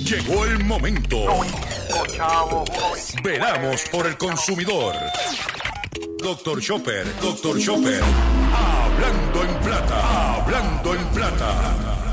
Llegó el momento. Velamos por el consumidor. Dr. Chopper, Dr. Chopper. Hablando en plata, hablando en plata.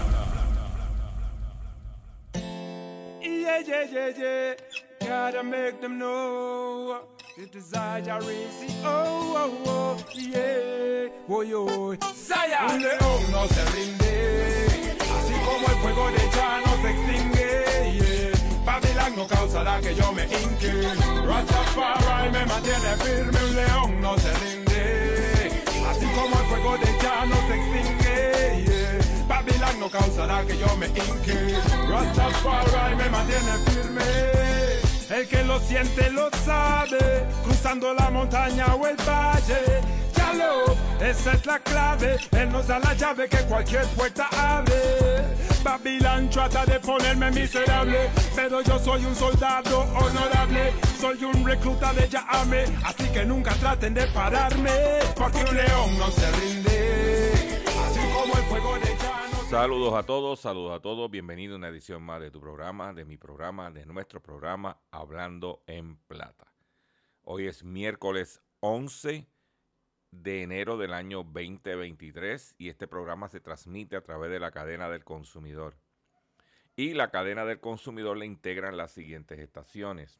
Yeah, yeah, yeah, yeah. Gotta make them know the desire is oh, yeah. Oy, oy. Zaya. Un león no se rinde, así como el fuego de ya no se extingue, yeah. Babylon no causará que yo me hinque. Rastafari me mantiene firme. Un león no se rinde, así como el fuego de ya no se extingue, yeah. Babylon no causará que yo me hinque. Rastafari me mantiene firme. El que lo siente lo sabe, cruzando la montaña o el valle. Chalo, esa es la clave. Él nos da la llave que cualquier puerta abre. Babylon trata de ponerme miserable, pero yo soy un soldado honorable. Soy un recluta de Yahame, así que nunca traten de pararme, porque un león no se rinde, así como el fuego de Yahame. Saludos a todos, bienvenido a una edición más de tu programa, de mi programa, de nuestro programa Hablando en Plata. Hoy es miércoles 11 de enero del año 2023 y este programa se transmite a través de la cadena del consumidor. Y la cadena del consumidor le integran las siguientes estaciones.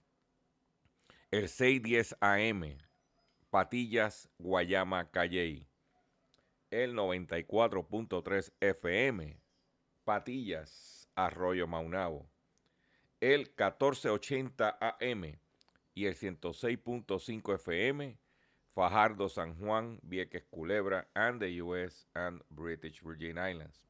El 610 AM, Patillas, Guayama, Calley. El 94.3 FM, Patillas, Arroyo Maunabo. El 1480 AM y el 106.5 FM, Fajardo, San Juan, Vieques, Culebra, and the U.S. and British Virgin Islands.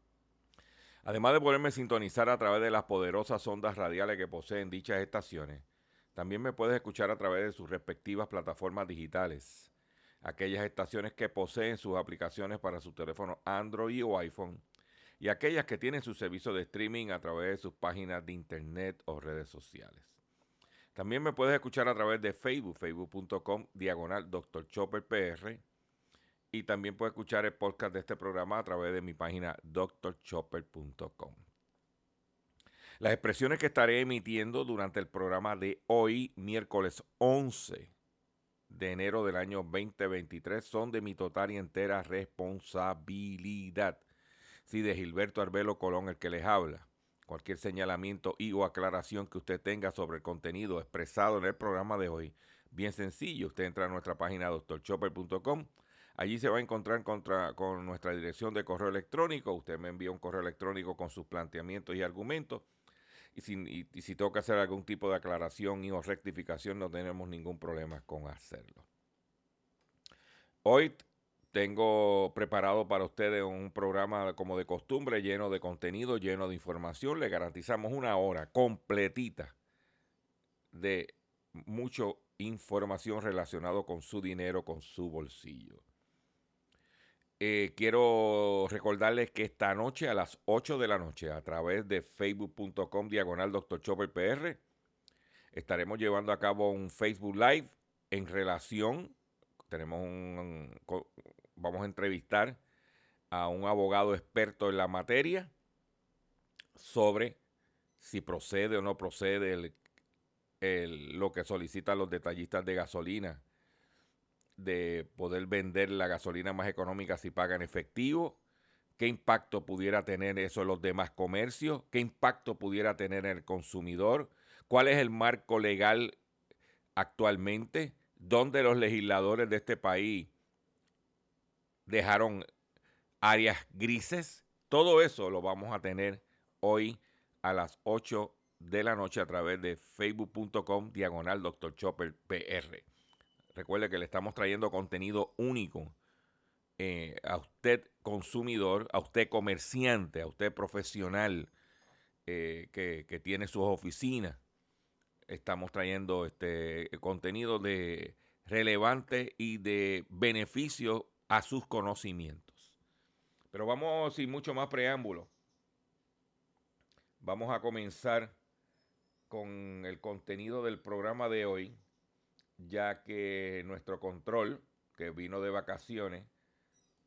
Además de poderme sintonizar a través de las poderosas ondas radiales que poseen dichas estaciones, también me puedes escuchar a través de sus respectivas plataformas digitales. Aquellas estaciones que poseen sus aplicaciones para su teléfono Android o iPhone y aquellas que tienen su servicio de streaming a través de sus páginas de internet o redes sociales. También me puedes escuchar a través de Facebook, facebook.com/Dr. Chopper PR, y también puedes escuchar el podcast de este programa a través de mi página drchopper.com. Las expresiones que estaré emitiendo durante el programa de hoy, miércoles 11 de enero del año 2023, son de mi total y entera responsabilidad. Sí, de Gilberto Arbelo Colón, el que les habla. Cualquier señalamiento y o aclaración que usted tenga sobre el contenido expresado en el programa de hoy, bien sencillo, usted entra a nuestra página drchopper.com. Allí se va a encontrar con nuestra dirección de correo electrónico. Usted me envía un correo electrónico con sus planteamientos y argumentos. Y si tengo que hacer algún tipo de aclaración y o rectificación, no tenemos ningún problema con hacerlo. Hoy tengo preparado para ustedes un programa como de costumbre, lleno de contenido, lleno de información. Le garantizamos una hora completita de mucha información relacionada con su dinero, con su bolsillo. Quiero recordarles que esta noche a las 8 de la noche a través de facebook.com/Dr. Chopper PR estaremos llevando a cabo un Facebook Live en relación, vamos a entrevistar a un abogado experto en la materia sobre si procede o no procede lo que solicitan los detallistas de gasolina, de poder vender la gasolina más económica si paga en efectivo, qué impacto pudiera tener eso en los demás comercios, qué impacto pudiera tener en el consumidor, cuál es el marco legal actualmente, dónde los legisladores de este país dejaron áreas grises. Todo eso lo vamos a tener hoy a las 8 de la noche a través de facebook.com/Dr. Chopper PR. Recuerde que le estamos trayendo contenido único a usted consumidor, a usted comerciante, a usted profesional que tiene sus oficinas. Estamos trayendo contenido relevante y de beneficio a sus conocimientos. Pero vamos, sin mucho más preámbulo, vamos a comenzar con el contenido del programa de hoy, ya que nuestro control, que vino de vacaciones,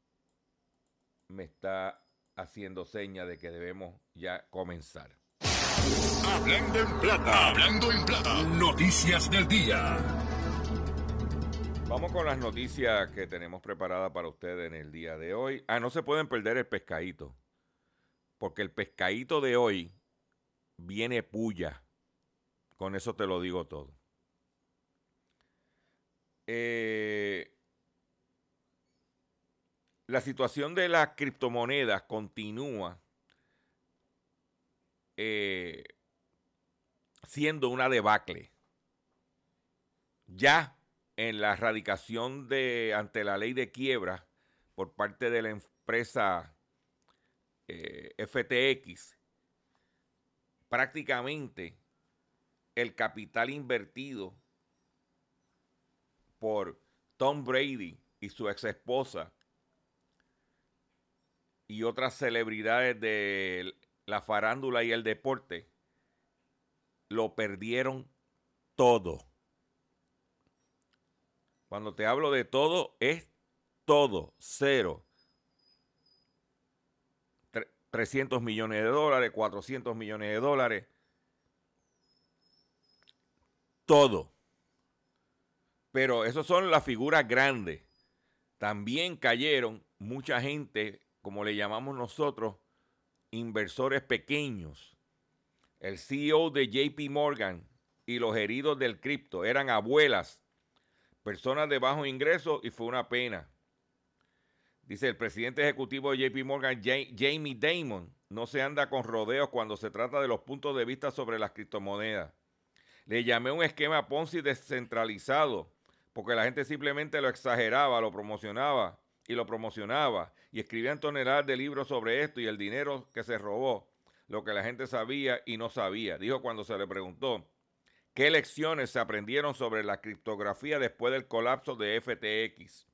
me está haciendo seña de que debemos ya comenzar. Hablando en plata. Hablando en plata. Noticias del día. Vamos con las noticias que tenemos preparadas para ustedes en el día de hoy. No se pueden perder el pescadito, porque el pescadito de hoy viene puya. Con eso te lo digo todo. La situación de las criptomonedas continúa siendo una debacle. Ya en la radicación ante la ley de quiebra por parte de la empresa FTX, prácticamente el capital invertido por Tom Brady y su ex esposa y otras celebridades de la farándula y el deporte lo perdieron todo. Cuando te hablo de todo, es todo, cero. 300 millones de dólares, 400 millones de dólares, todo. Pero esos son las figuras grandes. También cayeron mucha gente, como le llamamos nosotros, inversores pequeños. El CEO de JP Morgan y los heridos del cripto eran abuelas, personas de bajo ingreso, y fue una pena. Dice el presidente ejecutivo de JP Morgan, Jamie Dimon, no se anda con rodeos cuando se trata de los puntos de vista sobre las criptomonedas. Le llamé un esquema Ponzi descentralizado, porque la gente simplemente lo exageraba, lo promocionaba y escribían toneladas de libros sobre esto y el dinero que se robó, lo que la gente sabía y no sabía. Dijo cuando se le preguntó qué lecciones se aprendieron sobre la criptografía después del colapso de FTX.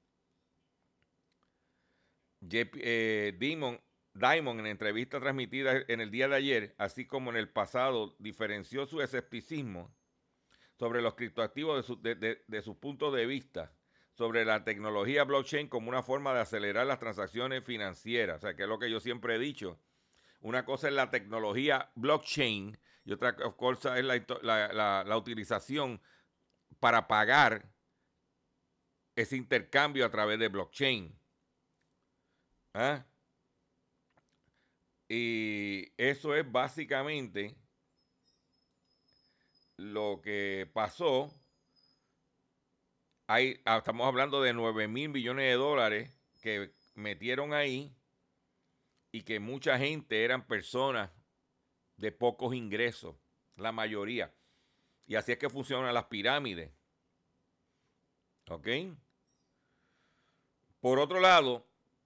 Dimon, en entrevista transmitida en el día de ayer, así como en el pasado, diferenció su escepticismo sobre los criptoactivos de su punto de vista sobre la tecnología blockchain como una forma de acelerar las transacciones financieras. O sea, que es lo que yo siempre he dicho. Una cosa es la tecnología blockchain y otra cosa es la utilización para pagar ese intercambio a través de blockchain. Y eso es básicamente lo que pasó. Estamos hablando de 9,000 millones de dólares que metieron ahí y que mucha gente eran personas de pocos ingresos, la mayoría. Y así es que funcionan las pirámides. ¿Ok? Por otro lado,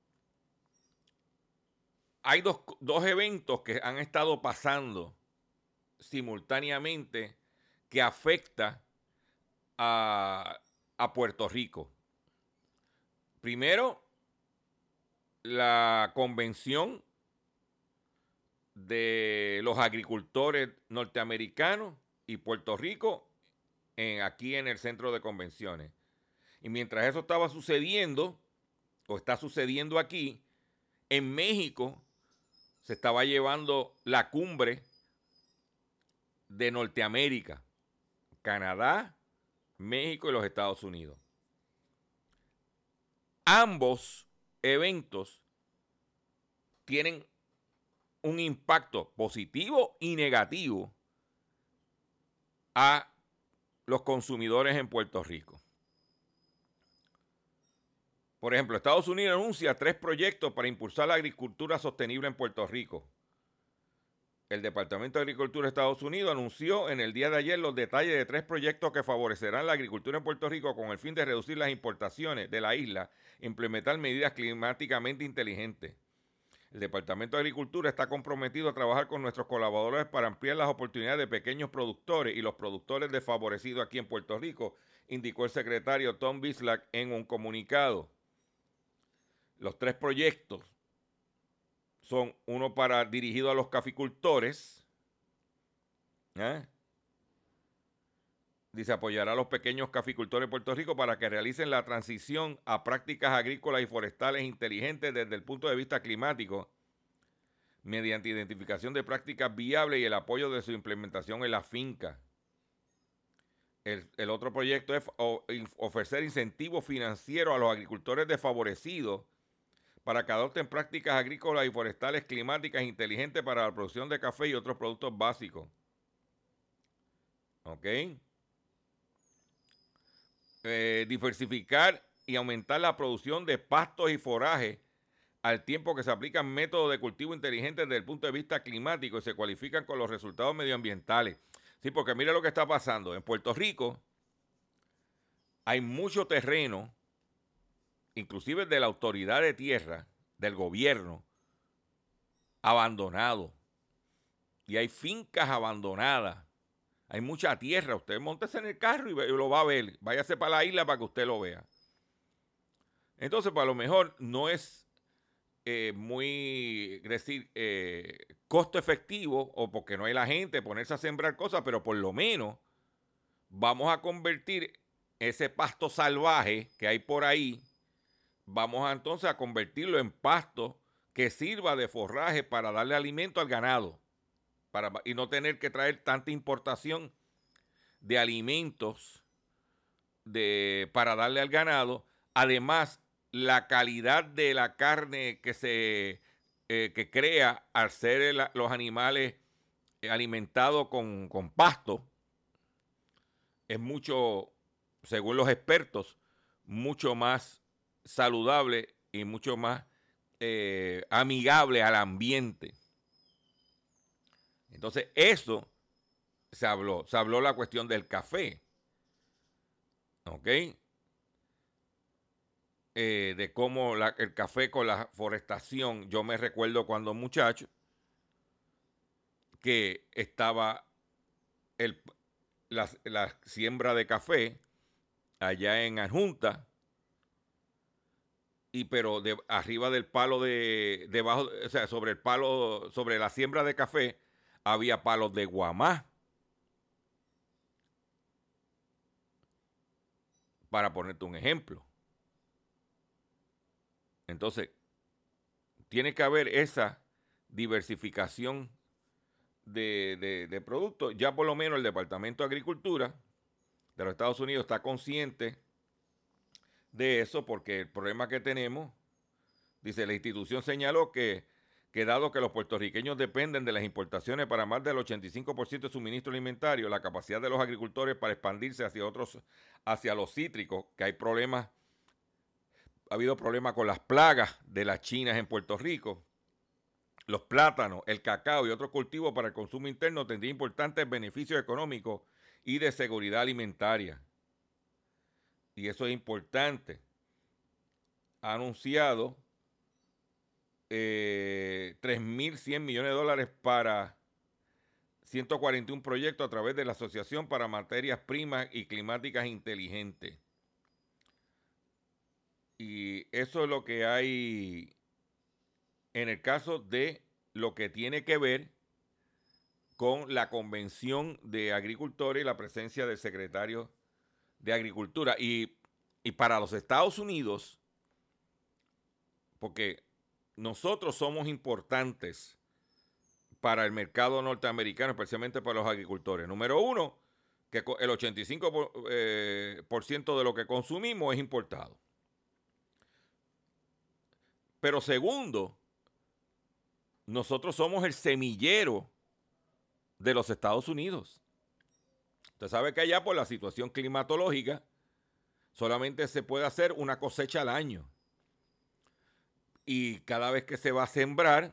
hay dos eventos que han estado pasando simultáneamente que afecta a Puerto Rico. Primero, la convención de los agricultores norteamericanos y Puerto Rico aquí en el centro de convenciones. Y mientras eso estaba sucediendo, o está sucediendo aquí, en México se estaba llevando la cumbre de Norteamérica, Canadá, México y los Estados Unidos. Ambos eventos tienen un impacto positivo y negativo a los consumidores en Puerto Rico. Por ejemplo, Estados Unidos anuncia 3 proyectos para impulsar la agricultura sostenible en Puerto Rico. El Departamento de Agricultura de Estados Unidos anunció en el día de ayer los detalles de 3 proyectos que favorecerán la agricultura en Puerto Rico con el fin de reducir las importaciones de la isla e implementar medidas climáticamente inteligentes. El Departamento de Agricultura está comprometido a trabajar con nuestros colaboradores para ampliar las oportunidades de pequeños productores y los productores desfavorecidos aquí en Puerto Rico, indicó el secretario Tom Bislak en un comunicado. Los 3 proyectos son uno dirigido a los caficultores. Dice, apoyará a los pequeños caficultores de Puerto Rico para que realicen la transición a prácticas agrícolas y forestales inteligentes desde el punto de vista climático, mediante identificación de prácticas viables y el apoyo de su implementación en la finca. El otro proyecto es ofrecer incentivos financieros a los agricultores desfavorecidos para que adopten prácticas agrícolas y forestales climáticas inteligentes para la producción de café y otros productos básicos. ¿Ok? Diversificar y aumentar la producción de pastos y forajes al tiempo que se aplican métodos de cultivo inteligentes desde el punto de vista climático y se cualifican con los resultados medioambientales. Sí, porque mira lo que está pasando. En Puerto Rico hay mucho terreno, inclusive de la autoridad de tierra, del gobierno, abandonado. Y hay fincas abandonadas. Hay mucha tierra. Usted móntese en el carro y lo va a ver. Váyase para la isla para que usted lo vea. Entonces, pues a lo mejor no es muy, decir, costo efectivo o porque no hay la gente ponerse a sembrar cosas, pero por lo menos vamos a convertir ese pasto salvaje que hay por ahí, vamos entonces a convertirlo en pasto que sirva de forraje para darle alimento al ganado y no tener que traer tanta importación de alimentos para darle al ganado. Además, la calidad de la carne que crea al ser los animales alimentados con pasto es mucho, según los expertos, mucho más saludable y mucho más amigable al ambiente. Entonces, eso se habló la cuestión del café. ¿Ok? De cómo el café con la forestación, yo me recuerdo cuando muchacho que estaba la siembra de café allá en Adjunta, pero arriba del palo debajo, o sea, sobre el palo, sobre la siembra de café, había palos de guamá. Para ponerte un ejemplo. Entonces, tiene que haber esa diversificación de productos. Ya por lo menos el Departamento de Agricultura de los Estados Unidos está consciente de eso, porque el problema que tenemos, dice, la institución señaló que dado que los puertorriqueños dependen de las importaciones para más del 85% de suministro alimentario, la capacidad de los agricultores para expandirse hacia los cítricos, que hay problemas. Ha habido problemas con las plagas de las chinas en Puerto Rico. Los plátanos, el cacao y otros cultivos para el consumo interno tendrían importantes beneficios económicos y de seguridad alimentaria. Y eso es importante. Ha anunciado 3.100 millones de dólares para 141 proyectos a través de la Asociación para Materias Primas y Climáticas Inteligentes. Y eso es lo que hay en el caso de lo que tiene que ver con la Convención de Agricultores y la presencia del secretario de Agricultura. Y para los Estados Unidos, porque nosotros somos importantes para el mercado norteamericano, especialmente para los agricultores. Número uno, que el 85% de lo que consumimos es importado. Pero segundo, nosotros somos el semillero de los Estados Unidos. Usted sabe que allá por la situación climatológica solamente se puede hacer una cosecha al año. Y cada vez que se va a sembrar,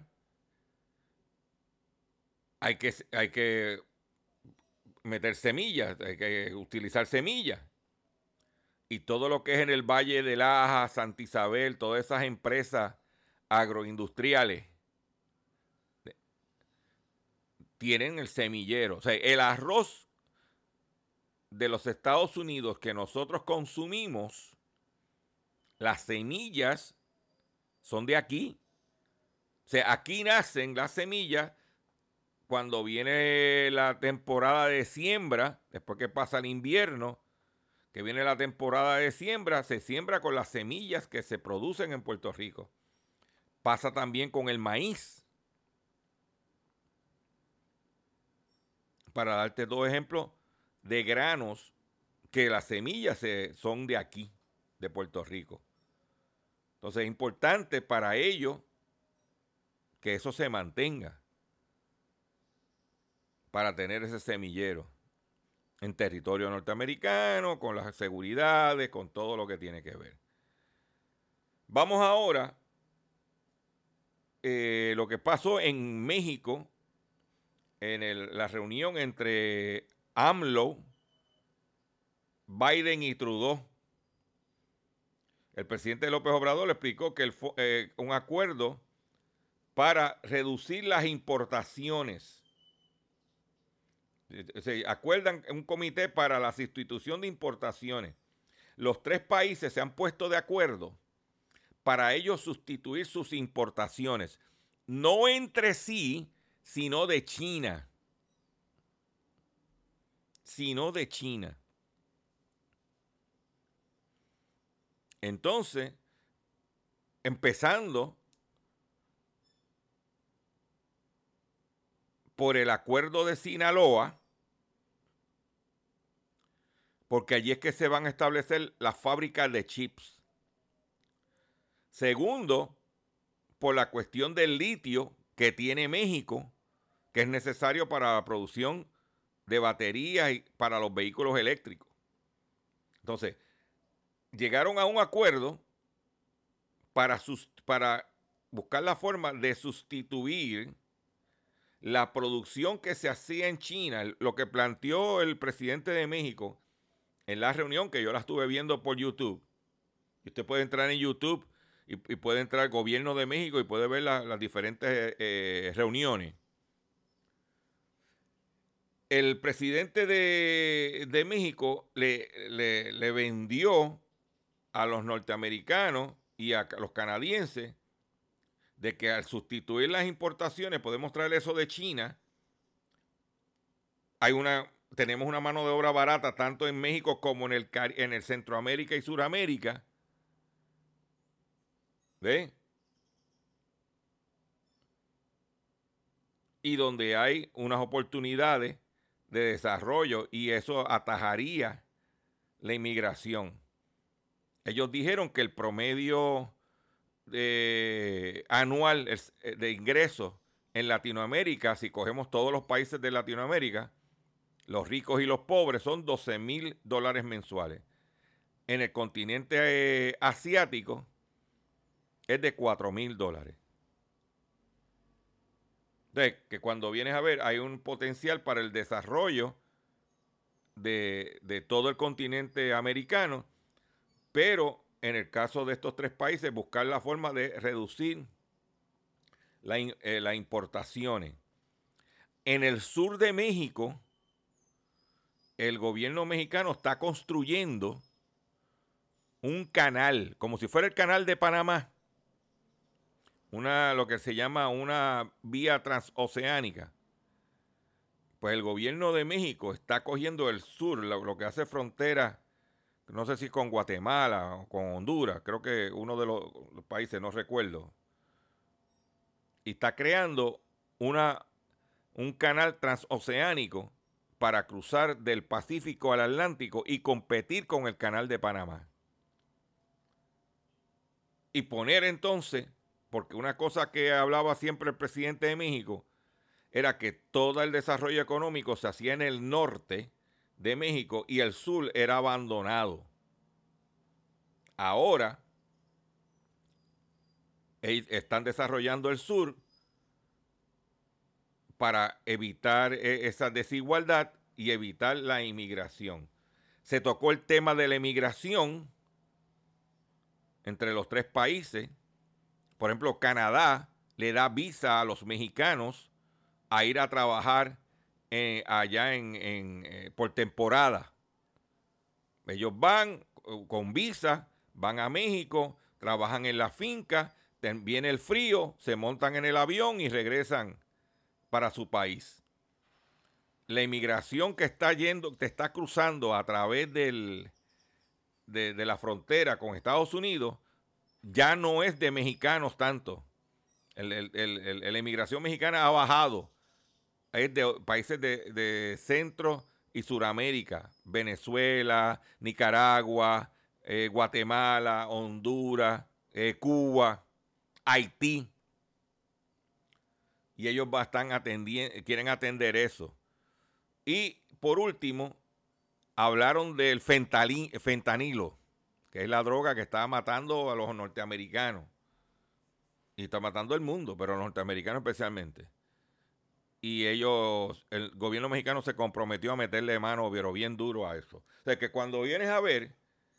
hay que meter semillas, hay que utilizar semillas. Y todo lo que es en el Valle de Laja, Santa Isabel, todas esas empresas agroindustriales tienen el semillero. O sea, el arroz de los Estados Unidos que nosotros consumimos, las semillas son de aquí. O sea, aquí nacen las semillas cuando viene la temporada de siembra, después que pasa el invierno, que viene la temporada de siembra, se siembra con las semillas que se producen en Puerto Rico. Pasa también con el maíz. para darte dos ejemplos de granos que las semillas son de aquí, de Puerto Rico. Entonces es importante para ellos que eso se mantenga para tener ese semillero en territorio norteamericano, con las seguridades, con todo lo que tiene que ver. Vamos ahora lo que pasó en México en la reunión entre AMLO, Biden y Trudeau. El presidente López Obrador le explicó que un acuerdo para reducir las importaciones. Se acuerdan un comité para la sustitución de importaciones. Los tres países se han puesto de acuerdo para ellos sustituir sus importaciones, no entre sí, sino de China. Entonces, empezando por el acuerdo de Sinaloa, porque allí es que se van a establecer las fábricas de chips. Segundo, por la cuestión del litio que tiene México, que es necesario para la producción de baterías y para los vehículos eléctricos. Entonces, llegaron a un acuerdo para buscar la forma de sustituir la producción que se hacía en China, lo que planteó el presidente de México en la reunión, que yo la estuve viendo por YouTube. Y usted puede entrar en YouTube y puede entrar al gobierno de México y puede ver las diferentes reuniones. El presidente de México le vendió a los norteamericanos y a los canadienses de que al sustituir las importaciones, podemos traer eso de China, tenemos una mano de obra barata tanto en México como en el Centroamérica y Suramérica. ¿Ve? Y donde hay unas oportunidades de desarrollo y eso atajaría la inmigración. Ellos dijeron que el promedio anual de ingresos en Latinoamérica, si cogemos todos los países de Latinoamérica, los ricos y los pobres, son $12,000 mensuales. En el continente asiático es de $4,000. Entonces, que cuando vienes a ver, hay un potencial para el desarrollo de todo el continente americano, pero en el caso de estos tres países, buscar la forma de reducir las importaciones. En el sur de México, el gobierno mexicano está construyendo un canal, como si fuera el canal de Panamá, lo que se llama una vía transoceánica. Pues el gobierno de México está cogiendo el sur, lo que hace frontera, no sé si con Guatemala o con Honduras, creo que uno de los países, no recuerdo. Y está creando un canal transoceánico para cruzar del Pacífico al Atlántico y competir con el canal de Panamá. Y poner entonces, porque una cosa que hablaba siempre el presidente de México era que todo el desarrollo económico se hacía en el norte de México y el sur era abandonado. Ahora están desarrollando el sur para evitar esa desigualdad y evitar la inmigración. Se tocó el tema de la inmigración entre los tres países. Por ejemplo, Canadá le da visa a los mexicanos a ir a trabajar allá por temporada. Ellos van con visa, van a México, trabajan en la finca, viene el frío, se montan en el avión y regresan para su país. La inmigración que está cruzando a través de la frontera con Estados Unidos ya no es de mexicanos tanto. La inmigración mexicana ha bajado es de países de Centro y Suramérica, Venezuela, Nicaragua, Guatemala, Honduras, Cuba, Haití, y ellos quieren atender eso. Y por último, hablaron del fentanilo, que es la droga que está matando a los norteamericanos. Y está matando al mundo, pero a los norteamericanos especialmente. Y el gobierno mexicano se comprometió a meterle mano, pero bien duro a eso. O sea, que cuando vienes a ver,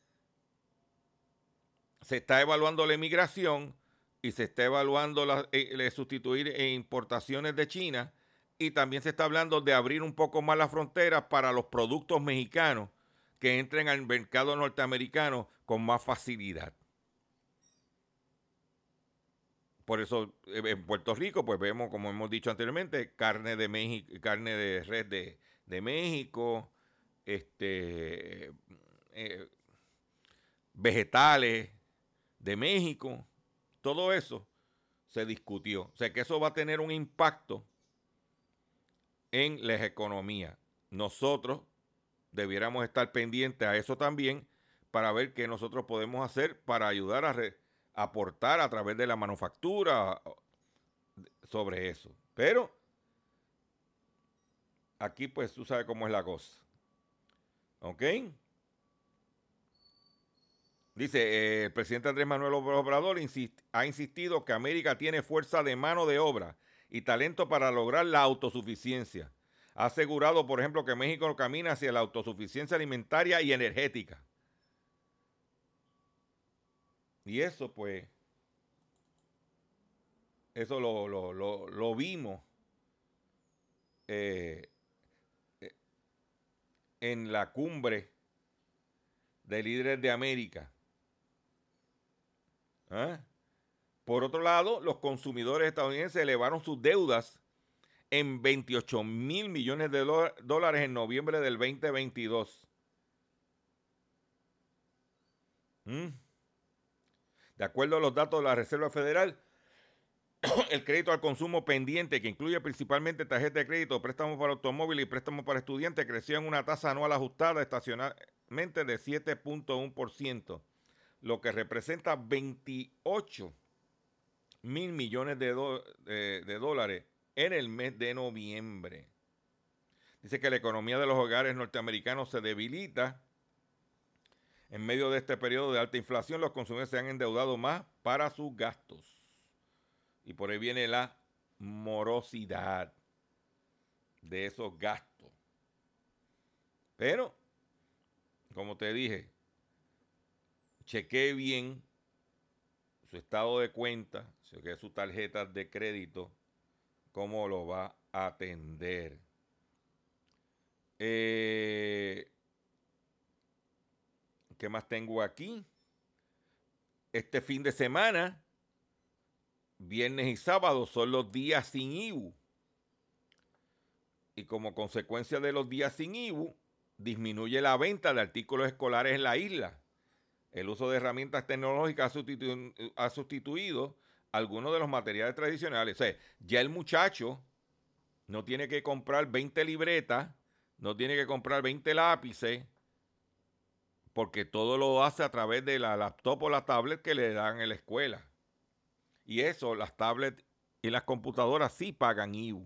se está evaluando la inmigración y se está evaluando sustituir importaciones de China, y también se está hablando de abrir un poco más las fronteras para los productos mexicanos que entren al mercado norteamericano con más facilidad. Por eso en Puerto Rico pues vemos, como hemos dicho anteriormente, carne de México, carne de res de México, vegetales de México, todo eso se discutió. O sea que eso va a tener un impacto en las economías. Nosotros debiéramos estar pendientes a eso también para ver qué nosotros podemos hacer para ayudar a aportar a través de la manufactura sobre eso. Pero aquí pues tú sabes cómo es la cosa. ¿Ok? Dice, el presidente Andrés Manuel López Obrador ha insistido que América tiene fuerza de mano de obra y talento para lograr la autosuficiencia. Ha asegurado, por ejemplo, que México camina hacia la autosuficiencia alimentaria y energética. Y eso, pues, eso lo vimos en la cumbre de líderes de América. ¿Ah? Por otro lado, los consumidores estadounidenses elevaron sus deudas en 28 mil millones de dólares en noviembre del 2022. De acuerdo a los datos de la Reserva Federal, el crédito al consumo pendiente, que incluye principalmente tarjeta de crédito, préstamos para automóviles y préstamos para estudiantes, creció en una tasa anual ajustada estacionalmente de 7.1%, lo que representa 28 mil millones de dólares en el mes de noviembre. Dice que la economía de los hogares norteamericanos se debilita. En medio de este periodo de alta inflación, los consumidores se han endeudado más para sus gastos. Y por ahí viene la morosidad de esos gastos. Pero, como te dije, chequee bien su estado de cuenta, chequee sus tarjetas de crédito, cómo lo va a atender. ¿Qué más tengo aquí? Este fin de semana, viernes y sábado, son los días sin IBU. Y como consecuencia de los días sin IBU, disminuye la venta de artículos escolares en la isla. El uso de herramientas tecnológicas ha sustituido algunos de los materiales tradicionales. O sea, ya el muchacho no tiene que comprar 20 libretas, no tiene que comprar 20 lápices, porque todo lo hace a través de la laptop o la tablet que le dan en la escuela. Y eso, las tablets y las computadoras sí pagan IBU.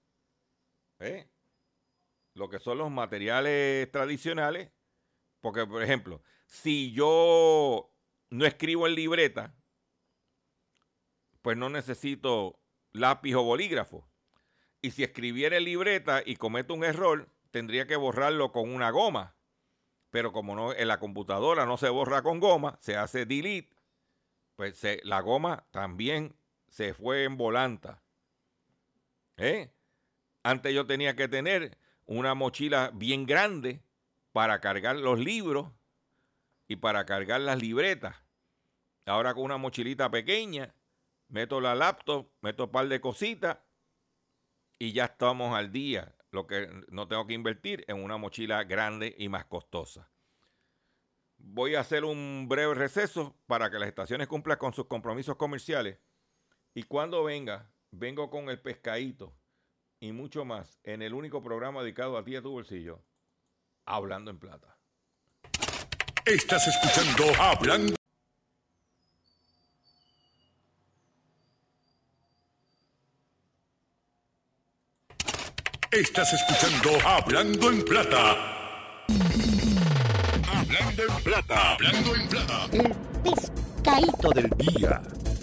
Lo que son los materiales tradicionales, porque, por ejemplo, si yo no escribo en libreta, pues no necesito lápiz o bolígrafo. Y si escribiera en libreta y cometo un error, tendría que borrarlo con una goma. Pero como no, en la computadora no se borra con goma, se hace delete, pues la goma también se fue en volanta. Antes yo tenía que tener una mochila bien grande para cargar los libros y para cargar las libretas. Ahora con una mochilita pequeña, meto la laptop, meto un par de cositas y ya estamos al día. Lo que no tengo que invertir en una mochila grande y más costosa. Voy a hacer un breve receso para que las estaciones cumplan con sus compromisos comerciales. Y cuando vengo con el pescadito y mucho más en el único programa dedicado a ti y a tu bolsillo, Hablando en Plata. Estás escuchando Hablando. Estás escuchando Hablando en Plata. Hablando en Plata. Hablando en Plata. El pescadito del día.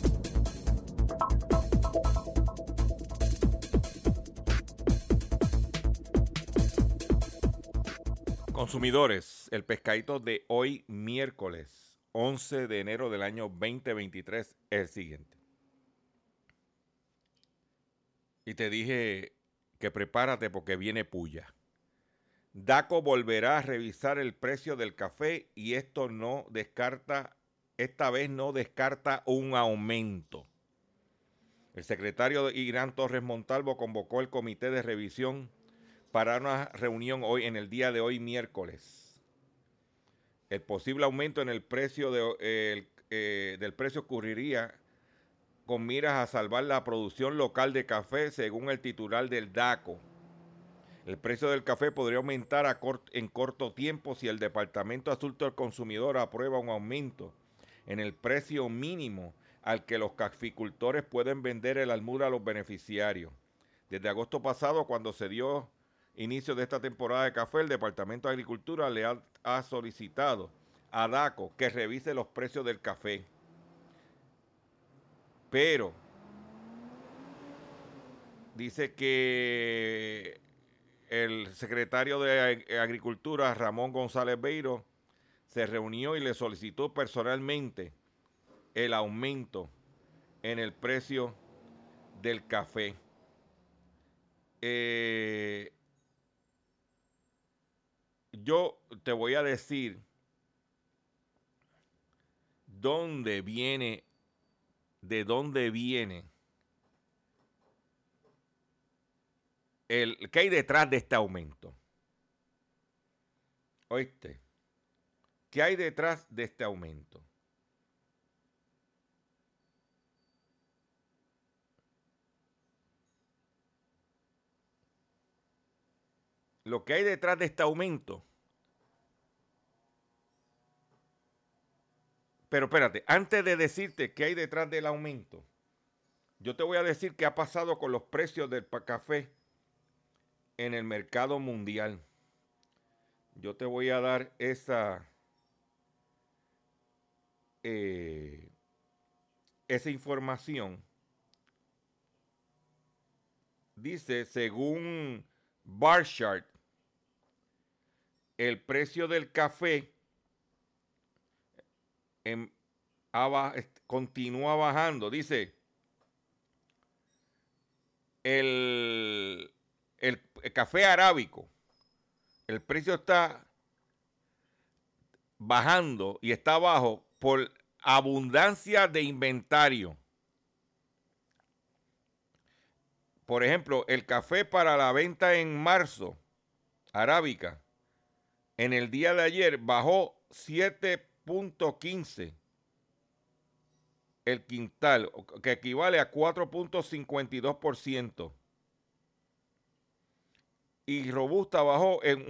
Consumidores, el pescadito de hoy, miércoles 11 de enero del año 2023, es el siguiente. Y te dije que prepárate porque viene puya. DACO volverá a revisar el precio del café y esta vez no descarta un aumento. El secretario Irán Torres Montalvo convocó el comité de revisión para una reunión hoy, en el día de hoy, miércoles. El posible aumento en el precio del precio ocurriría con miras a salvar la producción local de café, según el titular del DACO. El precio del café podría aumentar en corto tiempo si el Departamento de Asuntos del Consumidor aprueba un aumento en el precio mínimo al que los caficultores pueden vender el almud a los beneficiarios. Desde agosto pasado, cuando se dio inicio de esta temporada de café, el Departamento de Agricultura le ha solicitado a DACO que revise los precios del café. Pero dice que el secretario de Agricultura, Ramón González Beiro, se reunió y le solicitó personalmente el aumento en el precio del café. Yo te voy a decir de dónde viene qué hay detrás de este aumento. ¿Oíste? ¿Qué hay detrás de este aumento? Lo que hay detrás de este aumento. Pero espérate, antes de decirte qué hay detrás del aumento, yo te voy a decir qué ha pasado con los precios del café en el mercado mundial. Yo te voy a dar esa información. Dice, según Barchart, el precio del café continúa bajando. Dice, el café arábico, el precio está bajando y está bajo por abundancia de inventario. Por ejemplo, el café para la venta en marzo, arábica, en el día de ayer bajó 7.15 el quintal, que equivale a 4.52%. Y robusta bajó en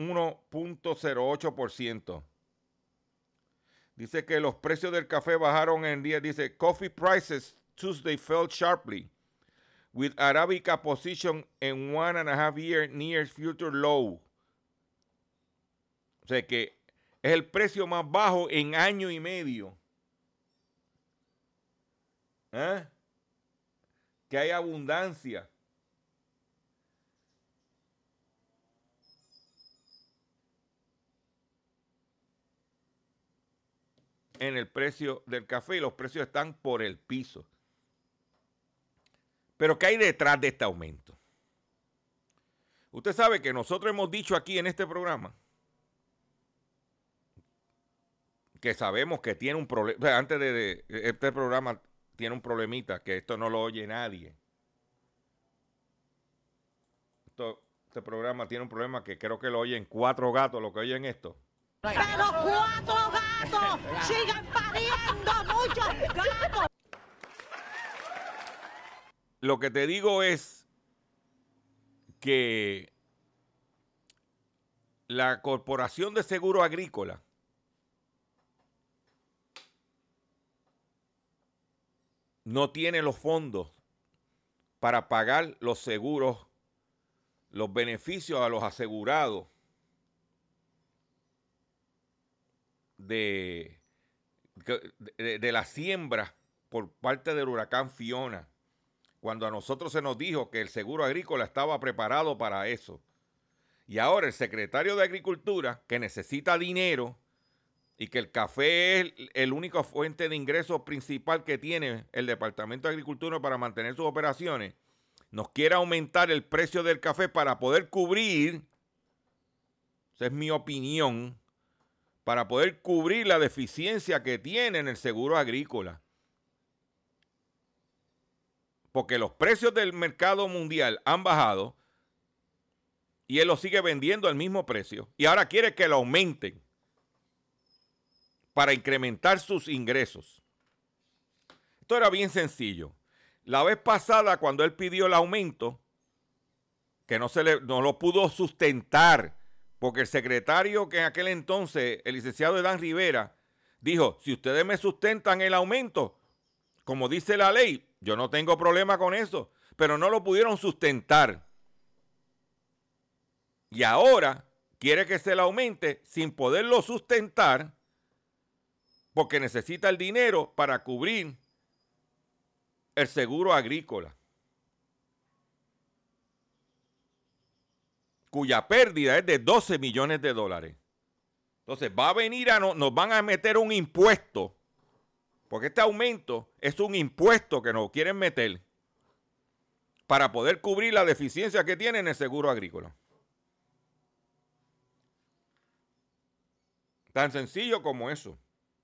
1.08%. Dice que los precios del café bajaron en día. Dice, coffee prices Tuesday fell sharply, with Arabica position in 1.5 year near future low. O sea que es el precio más bajo en año y medio. Que hay abundancia. En el precio del café y los precios están por el piso. Pero ¿qué hay detrás de este aumento? Usted sabe que nosotros hemos dicho aquí en este programa que sabemos que tiene un problema. Antes de este programa tiene un problemita, que esto no lo oye nadie. Este programa tiene un problema que creo que lo oyen 4 gatos, lo que oyen esto. ¡Pero 4 gatos! ¡Sigan pariendo muchos gatos! Lo que te digo es que la Corporación de Seguro Agrícola no tiene los fondos para pagar los seguros, los beneficios a los asegurados de la siembra por parte del huracán Fiona, cuando a nosotros se nos dijo que el seguro agrícola estaba preparado para eso. Y ahora el secretario de Agricultura, que necesita dinero y que el café es el único fuente de ingresos principal que tiene el Departamento de Agricultura para mantener sus operaciones, nos quiere aumentar el precio del café para poder cubrir, esa es mi opinión, para poder cubrir la deficiencia que tiene en el seguro agrícola. Porque los precios del mercado mundial han bajado y él lo sigue vendiendo al mismo precio. Y ahora quiere que lo aumenten para incrementar sus ingresos. Esto era bien sencillo. La vez pasada, cuando él pidió el aumento, que no lo pudo sustentar, porque el secretario que en aquel entonces, el licenciado Edán Rivera, dijo, si ustedes me sustentan el aumento, como dice la ley, yo no tengo problema con eso, pero no lo pudieron sustentar. Y ahora quiere que se le aumente sin poderlo sustentar, porque necesita el dinero para cubrir el seguro agrícola, cuya pérdida es de 12 millones de dólares. Entonces va a venir nos van a meter un impuesto, porque este aumento es un impuesto que nos quieren meter para poder cubrir la deficiencia que tiene en el seguro agrícola. Tan sencillo como eso.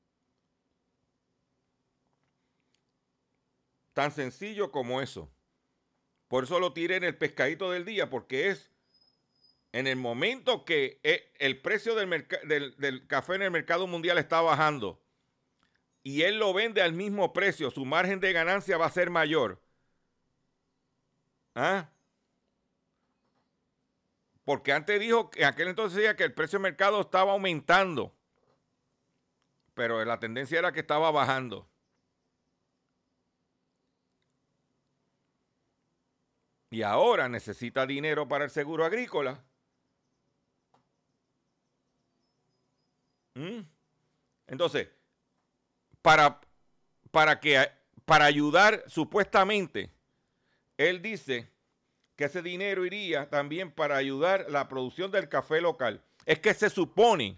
Tan sencillo como eso. Por eso lo tiré en el pescadito del día, porque es en el momento que el precio del café en el mercado mundial está bajando y él lo vende al mismo precio, su margen de ganancia va a ser mayor. ¿Ah? Porque antes dijo que en aquel entonces decía que el precio del mercado estaba aumentando, pero la tendencia era que estaba bajando. Y ahora necesita dinero para el seguro agrícola. Entonces, para ayudar supuestamente, él dice que ese dinero iría también para ayudar la producción del café local. Es que se supone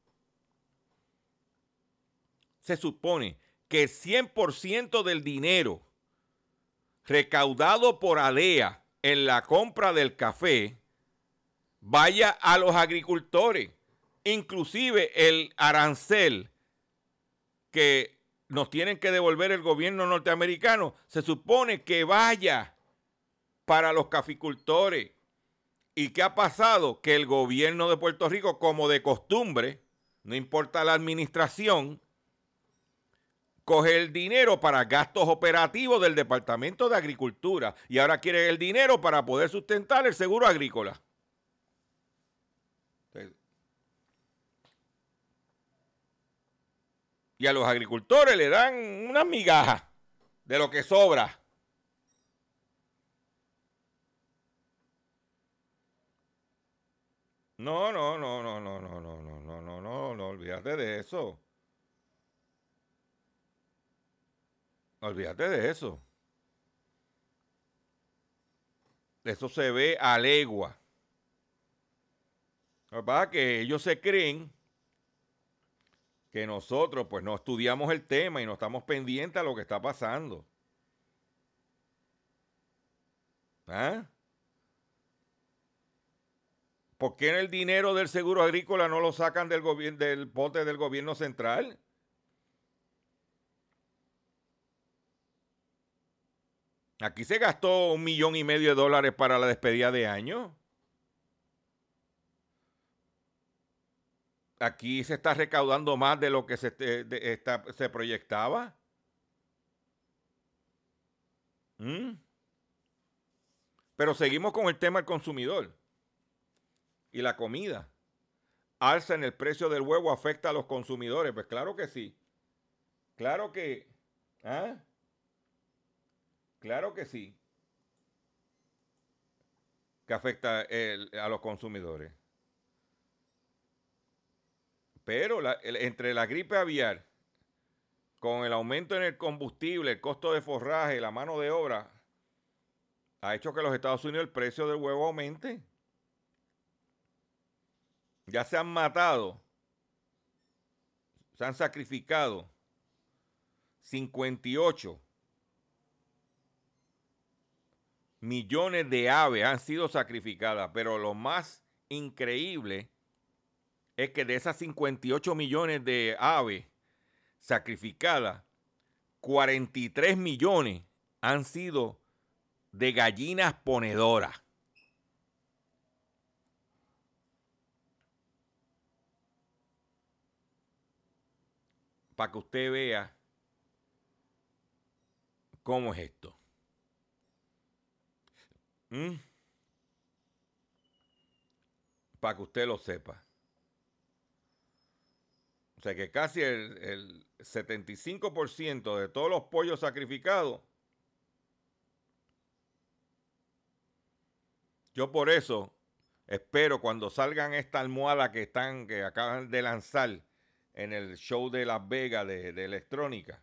que el 100% del dinero recaudado por ALEA en la compra del café vaya a los agricultores, inclusive el arancel que nos tienen que devolver el gobierno norteamericano, se supone que vaya para los caficultores. ¿Y qué ha pasado? Que el gobierno de Puerto Rico, como de costumbre, no importa la administración, coge el dinero para gastos operativos del Departamento de Agricultura y ahora quiere el dinero para poder sustentar el seguro agrícola. Y a los agricultores le dan una migaja de lo que sobra. No, olvídate de eso. Olvídate de eso. Eso se ve a legua. Lo que pasa es que ellos se creen que nosotros pues no estudiamos el tema y no estamos pendientes a lo que está pasando. ¿Ah? ¿Por qué el dinero del seguro agrícola no lo sacan del bote del gobierno central? Aquí se gastó $1,5 millones para la despedida de año. Aquí se está recaudando más de lo que se proyectaba. Pero seguimos con el tema del consumidor y la comida. Alza en el precio del huevo afecta a los consumidores. Pues claro que sí. Claro que sí. Que afecta a los consumidores. Pero entre la gripe aviar, con el aumento en el combustible, el costo de forraje, la mano de obra, ha hecho que en los Estados Unidos el precio del huevo aumente. Ya se han matado, se han sacrificado 58 millones de aves han sido sacrificadas, pero lo más increíble es que de esas 58 millones de aves sacrificadas, 43 millones han sido de gallinas ponedoras. Para que usted vea cómo es esto. Para que usted lo sepa. O sea que casi el 75% de todos los pollos sacrificados. Yo por eso espero cuando salgan esta almohada que acaban de lanzar en el show de Las Vegas de electrónica.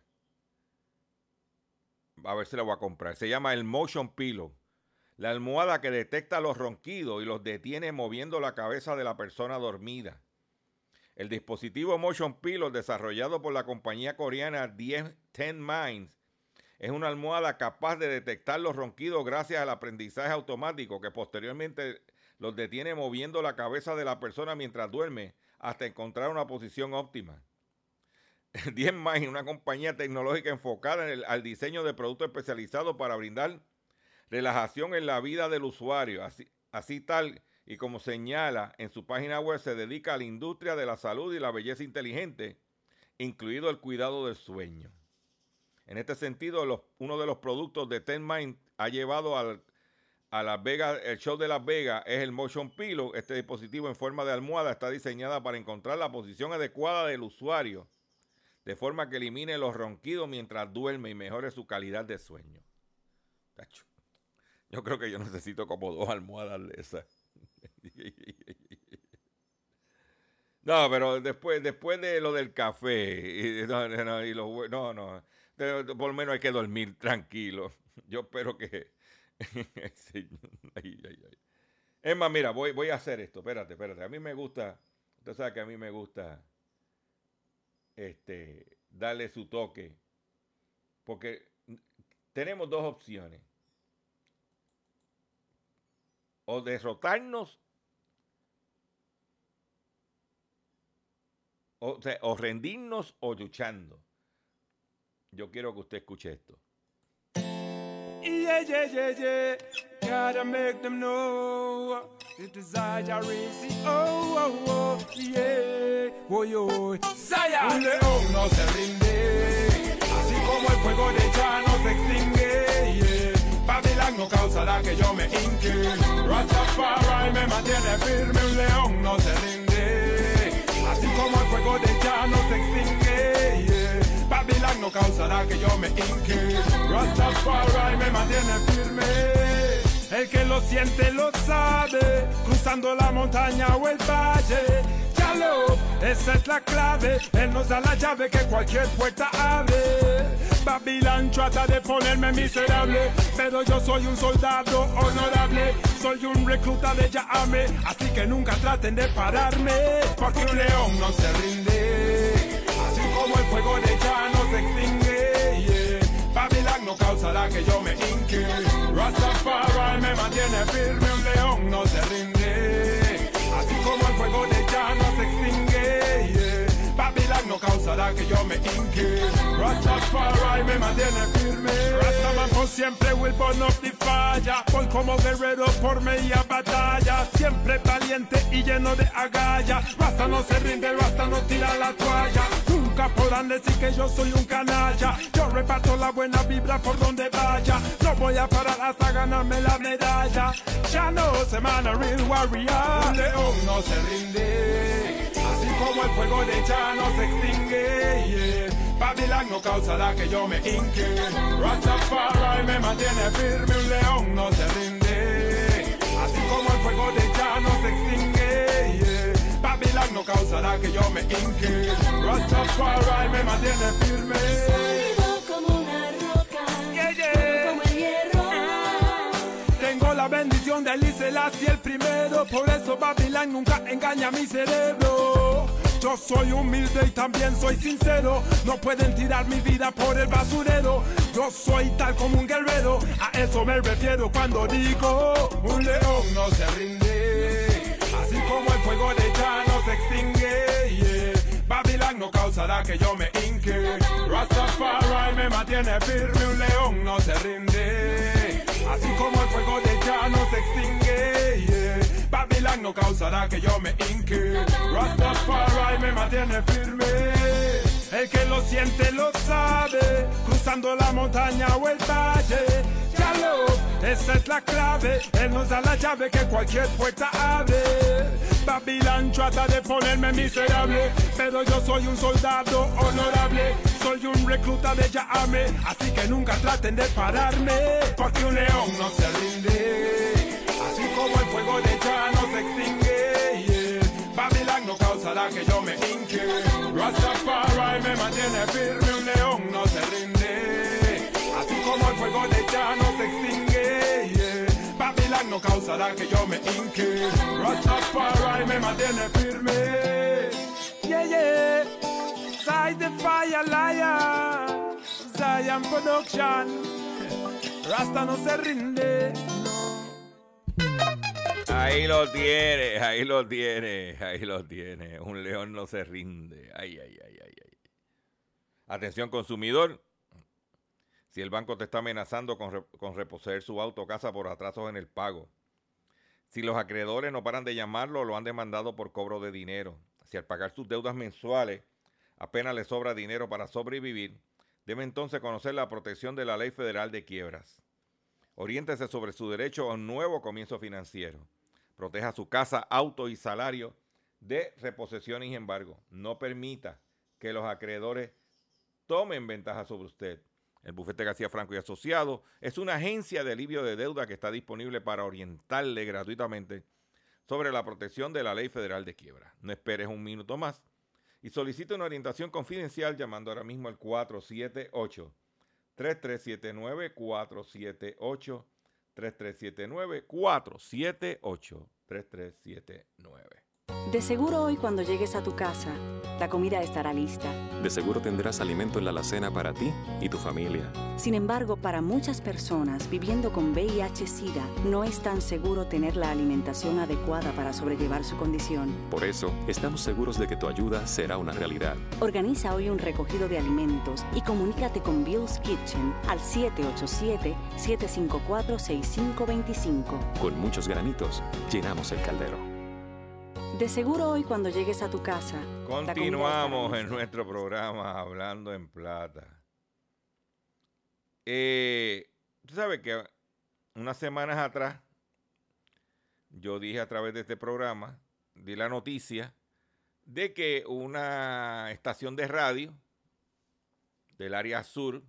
A ver si la voy a comprar. Se llama el Motion Pillow. La almohada que detecta los ronquidos y los detiene moviendo la cabeza de la persona dormida. El dispositivo Motion Pillow, desarrollado por la compañía coreana 10 Minds, es una almohada capaz de detectar los ronquidos gracias al aprendizaje automático que posteriormente los detiene moviendo la cabeza de la persona mientras duerme hasta encontrar una posición óptima. 10 Minds, una compañía tecnológica enfocada al diseño de productos especializados para brindar relajación en la vida del usuario. Así tal y como señala en su página web, se dedica a la industria de la salud y la belleza inteligente, incluido el cuidado del sueño. En este sentido, uno de los productos de 10 Minds ha llevado a Las Vegas, el show de Las Vegas, es el Motion Pillow. Este dispositivo en forma de almohada está diseñada para encontrar la posición adecuada del usuario, de forma que elimine los ronquidos mientras duerme y mejore su calidad de sueño. Yo creo que yo necesito como 2 almohadas de esas. No, pero después de lo del café, no, por lo menos hay que dormir tranquilo. Yo espero que... Es más, mira, voy a hacer esto. Espérate. A mí me gusta, usted sabe que a mí me gusta darle su toque, porque tenemos 2 opciones: o derrotarnos o rendirnos o luchando. Yo quiero que usted escuche esto. Yeah. Gotta make them know it is I, Jarisi. Oh, yeah. Oh, Saya. Un león no se rinde, así como el fuego de ya no se extingue. Yeah. Babylon no causará que yo me hinque. Rastafari me mantiene firme. Un león no se rinde, así como el fuego de ya no se extingue. Yeah. Babylon no causará que yo me hinque. Rastafari me mantiene firme. El que lo siente lo sabe, cruzando la montaña o el valle. Chalo, esa es la clave. Él nos da la llave que cualquier puerta abre. Babylon trata de ponerme miserable, pero yo soy un soldado honorable. Soy un recluta de Yahame, así que nunca traten de pararme, porque un león no se rinde, así como el fuego de ya no se extingue. Yeah. Babylon no causará que yo me hinque. Rastafari me mantiene firme. Un león no se rinde, así como el fuego de ya no se extingue. Yeah. Babylon no causa causará que yo me hinque. Rastafari me mantiene firme. Rastaman por siempre will burn up the fire. Voy como guerrero por media batalla, siempre valiente y lleno de agallas. Rasta no se rinde, Rasta no tira la toalla. Nunca podrán decir que yo soy un canalla. Yo reparto la buena vibra por donde vaya. No voy a parar hasta ganarme la medalla. Ya no se mana real warrior. Un león no se rinde, así como el fuego de ya no se extingue. Yeah. Babylon no causará que yo me hinque. Rastafari me mantiene firme. Un león no se rinde, así como el fuego de ya no se extingue. Yeah. Babylon no causará que yo me hinque. Rastafari me mantiene firme. Sólido como una roca, Yeah, yeah. como el hierro. Tengo la bendición de Ali Selassie el primero, por eso Babylon nunca engaña mi cerebro. Yo soy humilde y también soy sincero. No pueden tirar mi vida por el basurero. Yo soy tal como un guerrero. A eso me refiero cuando digo un león no se rinde, así como el fuego de ya no se extingue. Yeah. Babylon no causará que yo me hinque. Rastafari me mantiene firme. Un león no se rinde, así como el fuego de ya no se extingue. Yeah. Babylon no causará que yo me hinque. Rastafari me mantiene firme. El que lo siente lo sabe, cruzando la montaña o el valle. Ya lo, esa es la clave. Él nos da la llave que cualquier puerta abre. Babylon trata de ponerme miserable, pero yo soy un soldado honorable. Soy un recluta de Yahame, así que nunca traten de pararme. Porque un león no se rinde, así como el fuego de ya no se extingue. Yeah. Babylon no causará que yo me hinque. Rastafari me mantiene firme. Un león no se rinde, así como el fuego de ya no se extingue. Yeah. Babylon no causará que yo me hinque. Rastafari me mantiene firme. Yeah, yeah. Side the fire lion, Zion Production. Rasta no se rinde. Ahí lo tiene, ahí lo tiene, ahí lo tiene. Un león no se rinde. Ay, ay, ay, ay, ay. Atención consumidor. Si el banco te está amenazando con reposeer su auto o casa por atrasos en el pago. Si los acreedores no paran de llamarlo o lo han demandado por cobro de dinero. Si al pagar sus deudas mensuales apenas le sobra dinero para sobrevivir, debe entonces conocer la protección de la Ley Federal de Quiebras. Oriéntese sobre su derecho a un nuevo comienzo financiero. Proteja su casa, auto y salario de reposiciones y embargo. No permita que los acreedores tomen ventaja sobre usted. El Bufete García Franco y Asociados es una agencia de alivio de deuda que está disponible para orientarle gratuitamente sobre la protección de la Ley Federal de Quiebra. No esperes un minuto más y solicite una orientación confidencial llamando ahora mismo al 478-3379, 478-3379. De seguro hoy cuando llegues a tu casa, la comida estará lista. De seguro tendrás alimento en la alacena para ti y tu familia. Sin embargo, para muchas personas viviendo con VIH-Sida, no es tan seguro tener la alimentación adecuada para sobrellevar su condición. Por eso, estamos seguros de que tu ayuda será una realidad. Organiza hoy un recogido de alimentos y comunícate con Bill's Kitchen al 787-754-6525. Con muchos granitos, llenamos el caldero. De seguro hoy cuando llegues a tu casa. Continuamos en nuestro programa Hablando en Plata. Tú sabes que unas semanas atrás yo dije a través de este programa, di la noticia de que una estación de radio del área sur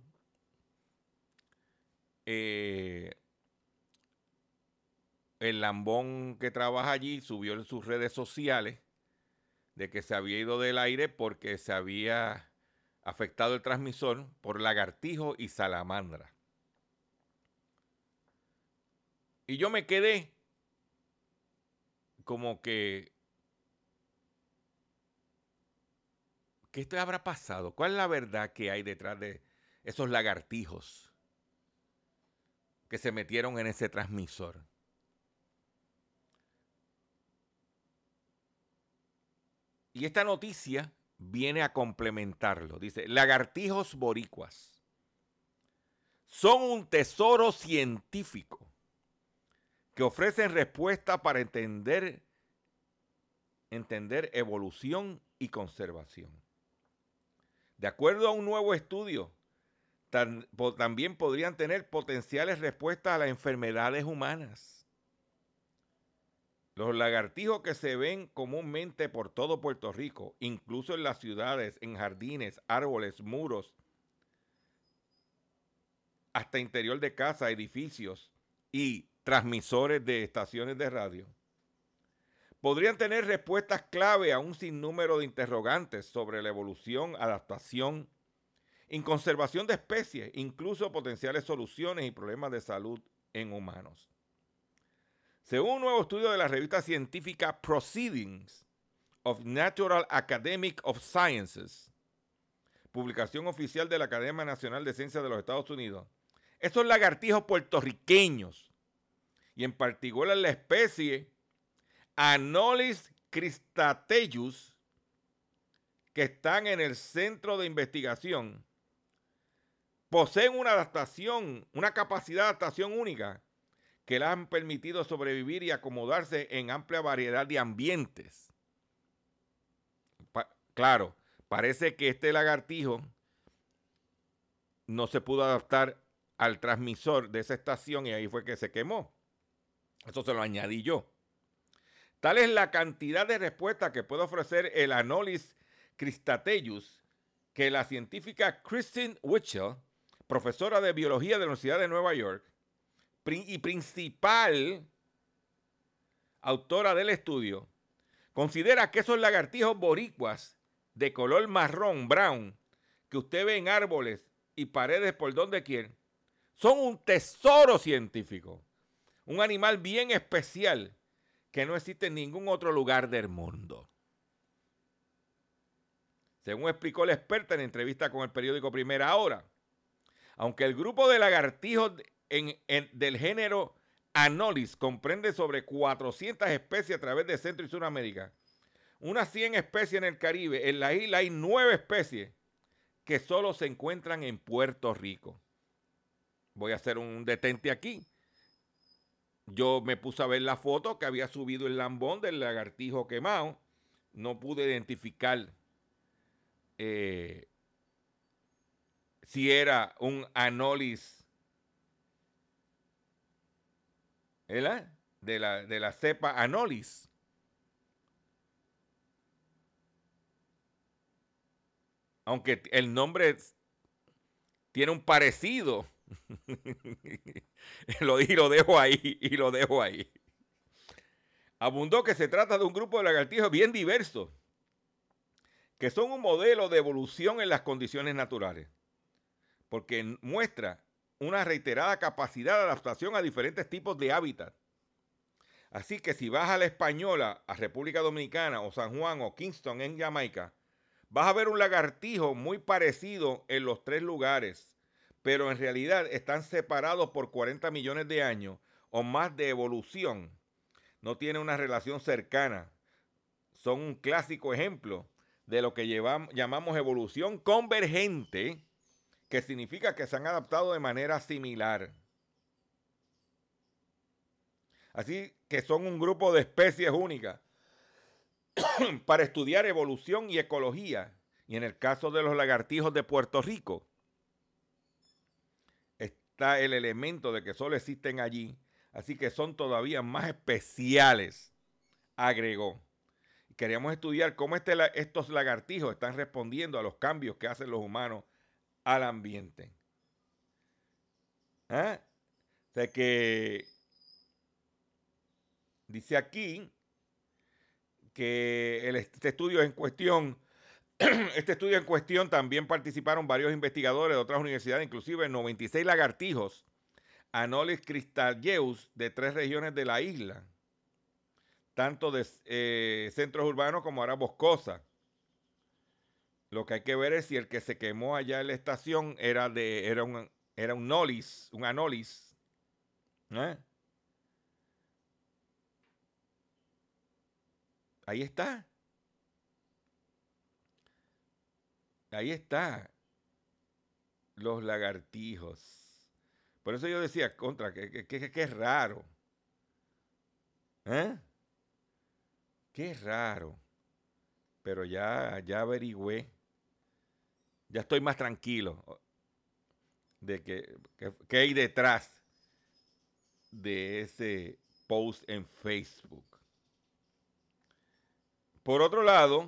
el lambón que trabaja allí subió en sus redes sociales de que se había ido del aire porque se había afectado el transmisor por lagartijo y salamandra. Y yo me quedé como que ¿qué esto habrá pasado? ¿Cuál es la verdad que hay detrás de esos lagartijos que se metieron en ese transmisor? Y esta noticia viene a complementarlo. Dice, lagartijos boricuas son un tesoro científico que ofrecen respuesta para entender evolución y conservación. De acuerdo a un nuevo estudio, también podrían tener potenciales respuestas a las enfermedades humanas. Los lagartijos que se ven comúnmente por todo Puerto Rico, incluso en las ciudades, en jardines, árboles, muros, hasta interior de casas, edificios y transmisores de estaciones de radio, podrían tener respuestas clave a un sinnúmero de interrogantes sobre la evolución, adaptación y conservación de especies, incluso potenciales soluciones y problemas de salud en humanos. Según un nuevo estudio de la revista científica Proceedings of Natural Academic of Sciences, publicación oficial de la Academia Nacional de Ciencias de los Estados Unidos, estos lagartijos puertorriqueños, y en particular la especie Anolis cristatellus, que están en el centro de investigación, poseen una capacidad de adaptación única que les han permitido sobrevivir y acomodarse en amplia variedad de ambientes. Claro, parece que este lagartijo no se pudo adaptar al transmisor de esa estación y ahí fue que se quemó. Eso se lo añadí yo. Tal es la cantidad de respuestas que puede ofrecer el Anolis cristatellus que la científica Christine Witchell, profesora de biología de la Universidad de Nueva York y principal autora del estudio, considera que esos lagartijos boricuas de color marrón, brown, que usted ve en árboles y paredes por donde quiera, son un tesoro científico, un animal bien especial que no existe en ningún otro lugar del mundo. Según explicó la experta en entrevista con el periódico Primera Hora, aunque el grupo de lagartijos del género Anolis comprende sobre 400 especies a través de Centro y Sudamérica, unas 100 especies en el Caribe, en la isla hay 9 especies que solo se encuentran en Puerto Rico. Voy a hacer un detente aquí. Yo me puse a ver la foto que había subido el lambón del lagartijo quemado. No pude identificar si era un Anolis, ¿verdad?, de la cepa Anolis. Aunque el nombre tiene un parecido. lo dejo ahí. Abundó que se trata de un grupo de lagartijos bien diversos, que son un modelo de evolución en las condiciones naturales, porque muestra una reiterada capacidad de adaptación a diferentes tipos de hábitat. Así que si vas a La Española, a República Dominicana, o San Juan, o Kingston en Jamaica, vas a ver un lagartijo muy parecido en los 3 lugares, pero en realidad están separados por 40 millones de años o más de evolución. No tienen una relación cercana. Son un clásico ejemplo de lo que llamamos evolución convergente, que significa que se han adaptado de manera similar. Así que son un grupo de especies únicas para estudiar evolución y ecología. Y en el caso de los lagartijos de Puerto Rico, está el elemento de que solo existen allí, así que son todavía más especiales, agregó. Queríamos estudiar cómo estos lagartijos están respondiendo a los cambios que hacen los humanos al ambiente. O sea que dice aquí que este estudio en cuestión también participaron varios investigadores de otras universidades, inclusive 96 lagartijos Anolis cristatellus de 3 regiones de la isla, tanto de centros urbanos como áreas boscosas. Lo que hay que ver es si el que se quemó allá en la estación era un Anolis. Ahí está. Ahí está. Los lagartijos. Por eso yo decía, contra, que es raro. ¿Eh? Qué raro. Pero ya averigüé. Ya estoy más tranquilo de que hay detrás de ese post en Facebook. Por otro lado,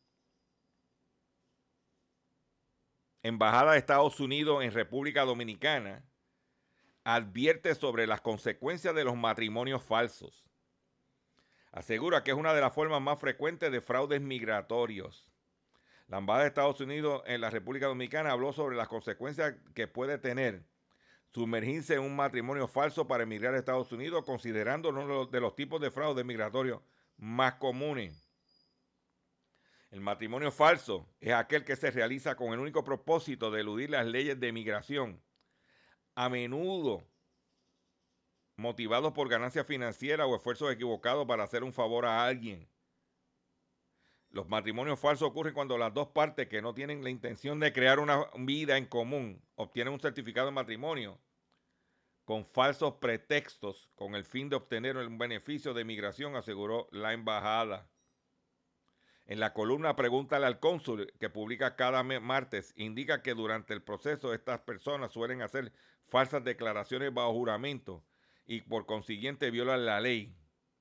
Embajada de Estados Unidos en República Dominicana advierte sobre las consecuencias de los matrimonios falsos. Asegura que es una de las formas más frecuentes de fraudes migratorios. La Embajada de Estados Unidos en la República Dominicana habló sobre las consecuencias que puede tener sumergirse en un matrimonio falso para emigrar a Estados Unidos, considerando uno de los tipos de fraude migratorio más comunes. El matrimonio falso es aquel que se realiza con el único propósito de eludir las leyes de migración, a menudo motivados por ganancias financieras o esfuerzos equivocados para hacer un favor a alguien. Los matrimonios falsos ocurren cuando las dos partes que no tienen la intención de crear una vida en común obtienen un certificado de matrimonio con falsos pretextos con el fin de obtener un beneficio de migración, aseguró la embajada. En la columna Pregúntale al Cónsul, que publica cada martes, indica que durante el proceso estas personas suelen hacer falsas declaraciones bajo juramento y por consiguiente violan la ley.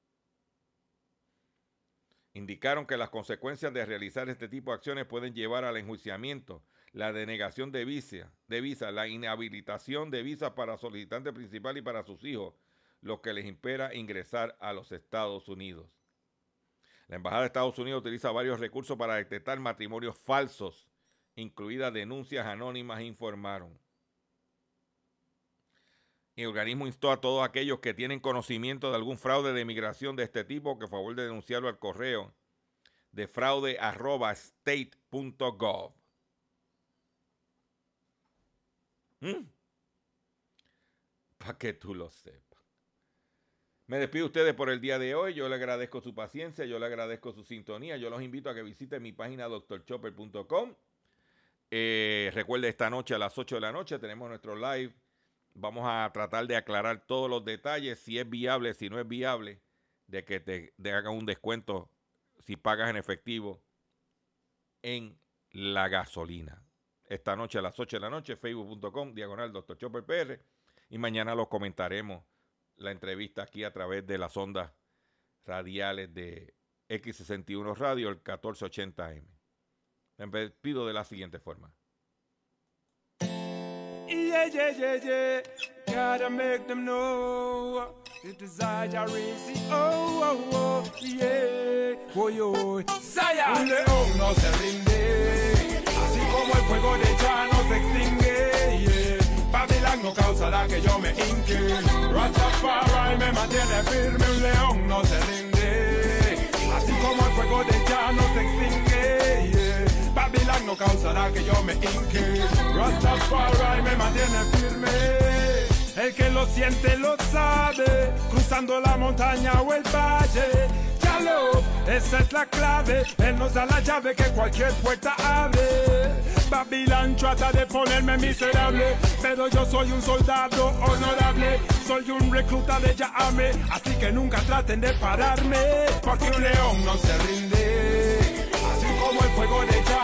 Indicaron que las consecuencias de realizar este tipo de acciones pueden llevar al enjuiciamiento, la denegación de visa, la inhabilitación de visa para solicitante principal y para sus hijos, lo que les impida ingresar a los Estados Unidos. La Embajada de Estados Unidos utiliza varios recursos para detectar matrimonios falsos, incluidas denuncias anónimas, informaron. El organismo instó a todos aquellos que tienen conocimiento de algún fraude de migración de este tipo que favor de denunciarlo al correo de fraude@state.gov. Para que tú lo sepas. Me despido de ustedes por el día de hoy. Yo le agradezco su paciencia, yo le agradezco su sintonía. Yo los invito a que visiten mi página drchopper.com. Recuerde, esta noche a las 8 de la noche tenemos nuestro live. Vamos a tratar de aclarar todos los detalles, si es viable, si no es viable, de que te hagan un descuento si pagas en efectivo en la gasolina. Esta noche a las 8 de la noche, facebook.com/drchopperpr. Y mañana lo comentaremos, la entrevista aquí a través de las ondas radiales de X61 Radio, el 1480M. Me despido de la siguiente forma. Yeah, yeah, yeah, yeah. Gotta make them know the desire I see. Oh, oh, oh, yeah. Oh, yo. Saya. Un león no se rinde, así como el fuego de ya no se extingue. Yeah. Babylon no causará que yo me hinque. Rastafari me mantiene firme. Un león no se rinde, así como el fuego de ya no se extingue. Yeah. Babylon no causará que yo me hinque. Rastafari me mantiene firme. El que lo siente lo sabe, cruzando la montaña o el valle. Yalo, esa es la clave. Él nos da la llave que cualquier puerta abre. Babylon trata de ponerme miserable, pero yo soy un soldado honorable. Soy un recluta de Yahame, así que nunca traten de pararme, porque un león no se rinde, así como el fuego de Yahame.